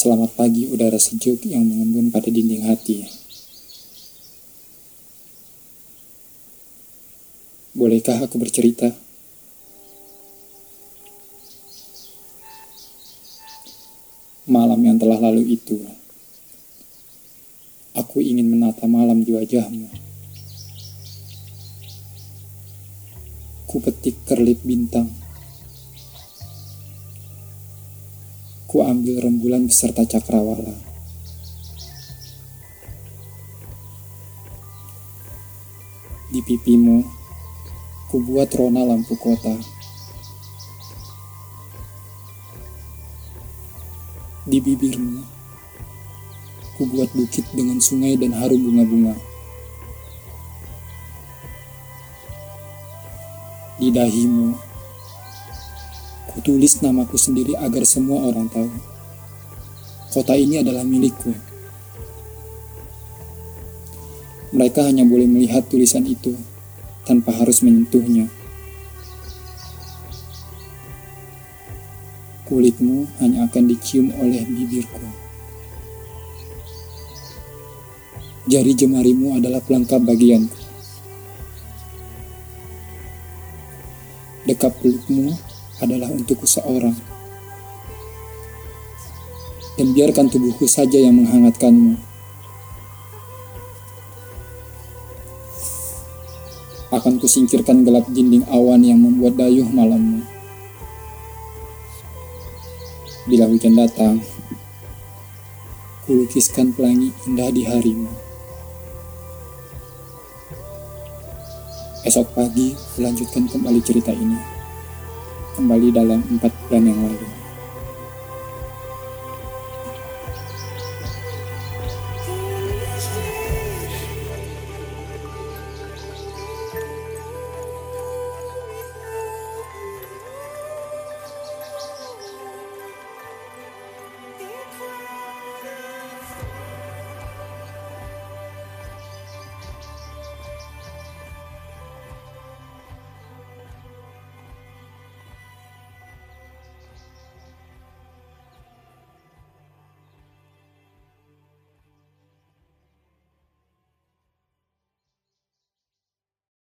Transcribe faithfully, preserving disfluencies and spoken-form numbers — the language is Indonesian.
Selamat pagi udara sejuk yang mengembun pada dinding hati. Bolehkah aku bercerita? Malam yang telah lalu itu, aku ingin menata malam di wajahmu. Ku petik kerlip bintang. Ku ambil rembulan beserta cakrawala. Di pipimu, ku buat rona lampu kota. Di bibirmu, ku buat bukit dengan sungai dan harum bunga-bunga. Di dahimu, ku tulis namaku sendiri agar semua orang tahu. Kota ini adalah milikku. Mereka hanya boleh melihat tulisan itu tanpa harus menyentuhnya. Kulitmu hanya akan dicium oleh bibirku. Jari jemarimu adalah pelengkap bagianku. Dekap pelukmu adalah untukku seorang. Dan biarkan tubuhku saja yang menghangatkanmu. Akan kusingkirkan gelap dinding awan yang membuat dayuh malammu. Bila hujan datang, kulukiskan pelangi indah di harimu. Esok pagi, kulanjutkan kembali cerita ini. Kembali dalam empat bulan yang lalu.